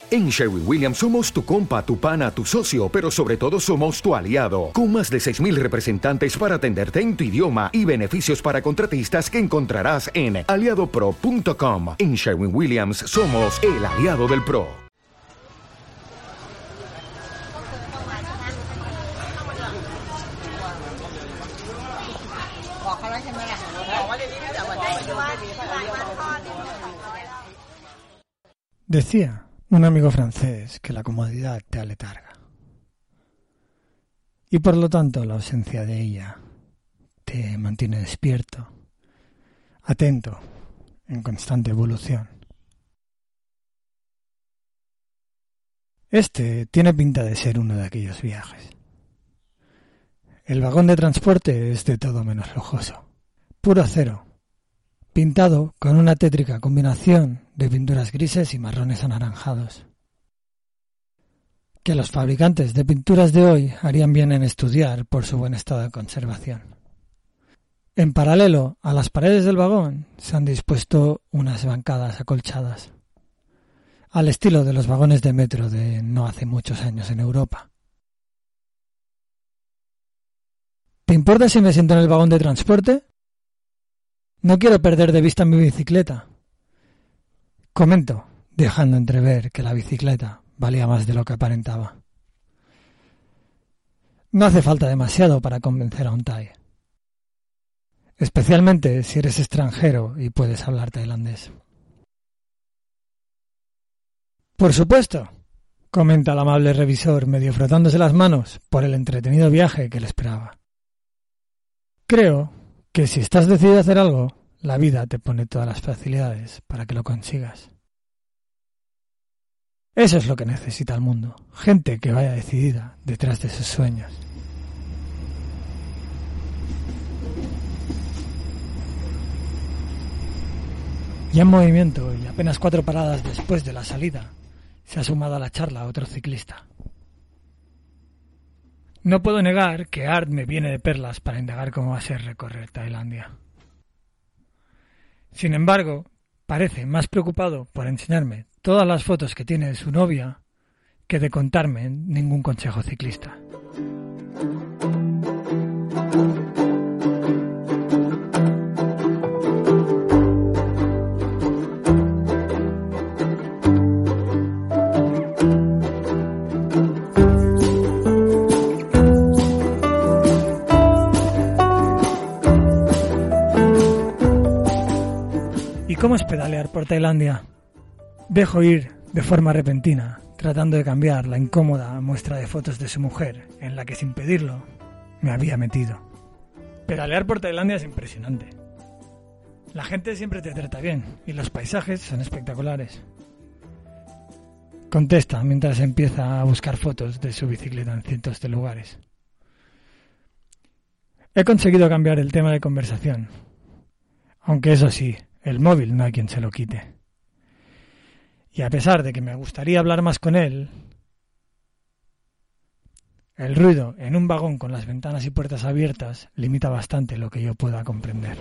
En Sherwin-Williams somos tu compa, tu pana, tu socio, pero sobre todo somos tu aliado, con más de 6,000 representantes para atenderte en tu idioma y beneficios para contratistas que encontrarás en aliadopro.com. En Sherwin-Williams somos el aliado del pro. Decía un amigo francés que la comodidad te aletarga. Y por lo tanto la ausencia de ella te mantiene despierto, atento, en constante evolución. Este tiene pinta de ser uno de aquellos viajes. El vagón de transporte es de todo menos lujoso. Puro acero, pintado con una tétrica combinación de pinturas grises y marrones anaranjados, que los fabricantes de pinturas de hoy harían bien en estudiar por su buen estado de conservación. En paralelo a las paredes del vagón se han dispuesto unas bancadas acolchadas, al estilo de los vagones de metro de no hace muchos años en Europa. ¿Te importa si me siento en el vagón de transporte? No quiero perder de vista mi bicicleta. Comento, dejando entrever que la bicicleta valía más de lo que aparentaba. No hace falta demasiado para convencer a un Thai, especialmente si eres extranjero y puedes hablar tailandés. Por supuesto, comenta el amable revisor, medio frotándose las manos por el entretenido viaje que le esperaba. Creo que si estás decidido a hacer algo, la vida te pone todas las facilidades para que lo consigas. Eso es lo que necesita el mundo, gente que vaya decidida detrás de sus sueños. Ya en movimiento y apenas 4 paradas después de la salida, se ha sumado a la charla otro ciclista. No puedo negar que Art me viene de perlas para indagar cómo va a ser recorrer Tailandia. Sin embargo, parece más preocupado por enseñarme todas las fotos que tiene de su novia que de contarme ningún consejo ciclista. ¿Cómo es pedalear por Tailandia? Dejo ir de forma repentina, tratando de cambiar la incómoda muestra de fotos de su mujer, en la que sin pedirlo me había metido. Pedalear por Tailandia es impresionante. La gente siempre te trata bien y los paisajes son espectaculares. Contesta mientras empieza a buscar fotos de su bicicleta en cientos de lugares. He conseguido cambiar el tema de conversación, aunque eso sí, el móvil no hay quien se lo quite. Y a pesar de que me gustaría hablar más con él, el ruido en un vagón con las ventanas y puertas abiertas limita bastante lo que yo pueda comprender.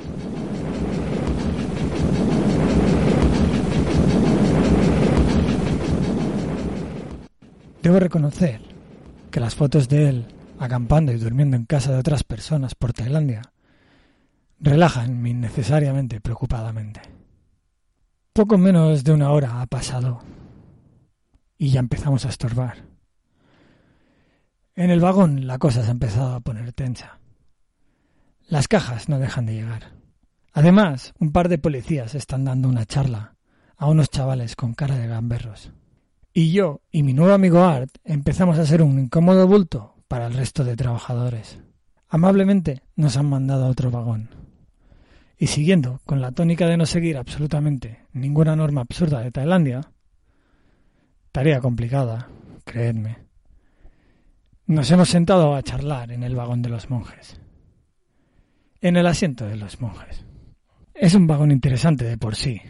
Debo reconocer que las fotos de él acampando y durmiendo en casa de otras personas por Tailandia relájanme innecesariamente preocupadamente. Poco menos de 1 hora ha pasado y ya empezamos a estorbar. En el vagón la cosa se ha empezado a poner tensa. Las cajas no dejan de llegar. Además, un par de policías están dando una charla a unos chavales con cara de gamberros. Y yo y mi nuevo amigo Art empezamos a ser un incómodo bulto para el resto de trabajadores. Amablemente nos han mandado a otro vagón. Y siguiendo con la tónica de no seguir absolutamente ninguna norma absurda de Tailandia, tarea complicada, creedme, nos hemos sentado a charlar en el vagón de los monjes, en el asiento de los monjes. Es un vagón interesante de por sí.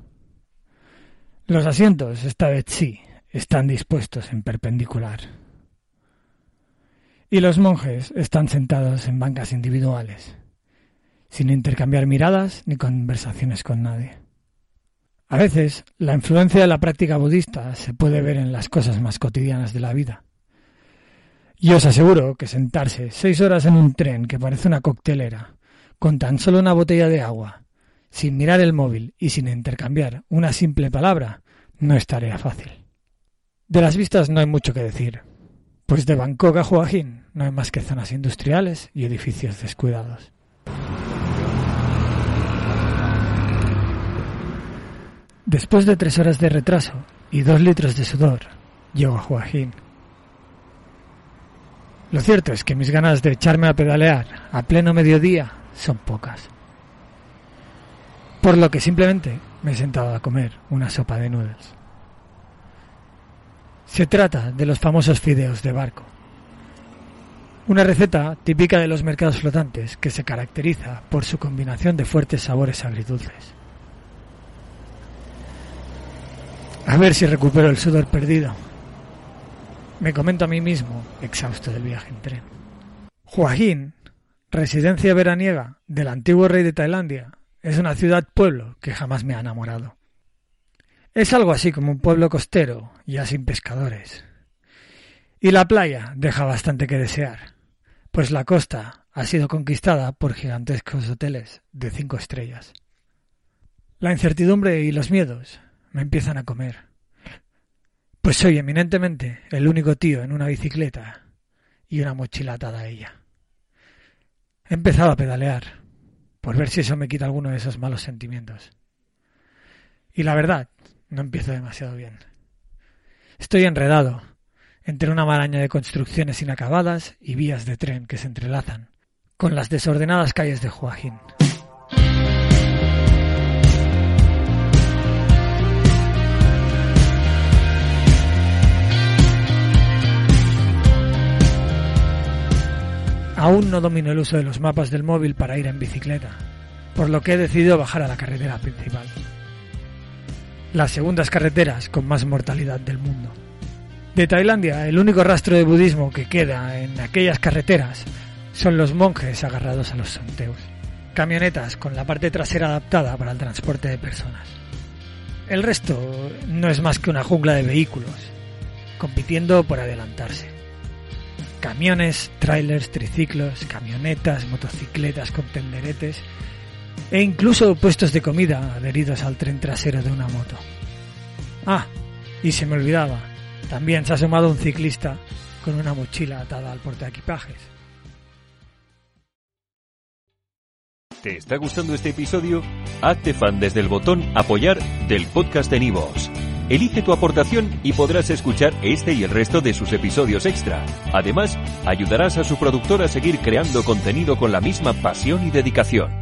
Los asientos, esta vez sí, están dispuestos en perpendicular. Y los monjes están sentados en bancas individuales, sin intercambiar miradas ni conversaciones con nadie. A veces, la influencia de la práctica budista se puede ver en las cosas más cotidianas de la vida. Y os aseguro que sentarse 6 horas en un tren que parece una coctelera, con tan solo una botella de agua, sin mirar el móvil y sin intercambiar una simple palabra, no es tarea fácil. De las vistas no hay mucho que decir, pues de Bangkok a Hua Hin no hay más que zonas industriales y edificios descuidados. Después de 3 horas de retraso y 2 litros de sudor, llego a Hua Hin. Lo cierto es que mis ganas de echarme a pedalear a pleno mediodía son pocas. Por lo que simplemente me he sentado a comer una sopa de noodles. Se trata de los famosos fideos de barco. Una receta típica de los mercados flotantes que se caracteriza por su combinación de fuertes sabores agridulces. A ver si recupero el sudor perdido. Me comento a mí mismo, exhausto del viaje en tren. Hua Hin, residencia veraniega del antiguo rey de Tailandia, es una ciudad-pueblo que jamás me ha enamorado. Es algo así como un pueblo costero, ya sin pescadores. Y la playa deja bastante que desear, pues la costa ha sido conquistada por gigantescos hoteles de 5 estrellas. La incertidumbre y los miedos me empiezan a comer, pues soy eminentemente el único tío en una bicicleta y una mochila atada a ella. He empezado a pedalear, por ver si eso me quita alguno de esos malos sentimientos. Y la verdad, no empiezo demasiado bien. Estoy enredado entre una maraña de construcciones inacabadas y vías de tren que se entrelazan con las desordenadas calles de Hua Hin. Aún no domino el uso de los mapas del móvil para ir en bicicleta, por lo que he decidido bajar a la carretera principal. Las segundas carreteras con más mortalidad del mundo. De Tailandia, el único rastro de budismo que queda en aquellas carreteras son los monjes agarrados a los sonteus, camionetas con la parte trasera adaptada para el transporte de personas. El resto no es más que una jungla de vehículos, compitiendo por adelantarse. Camiones, trailers, triciclos, camionetas, motocicletas con tenderetes e incluso puestos de comida adheridos al tren trasero de una moto. Ah, y se me olvidaba, también se ha asomado un ciclista con una mochila atada al portaequipajes. ¿Te está gustando este episodio? Hazte fan desde el botón Apoyar del podcast de Nivos. Elige tu aportación y podrás escuchar este y el resto de sus episodios extra. Además, ayudarás a su productor a seguir creando contenido con la misma pasión y dedicación.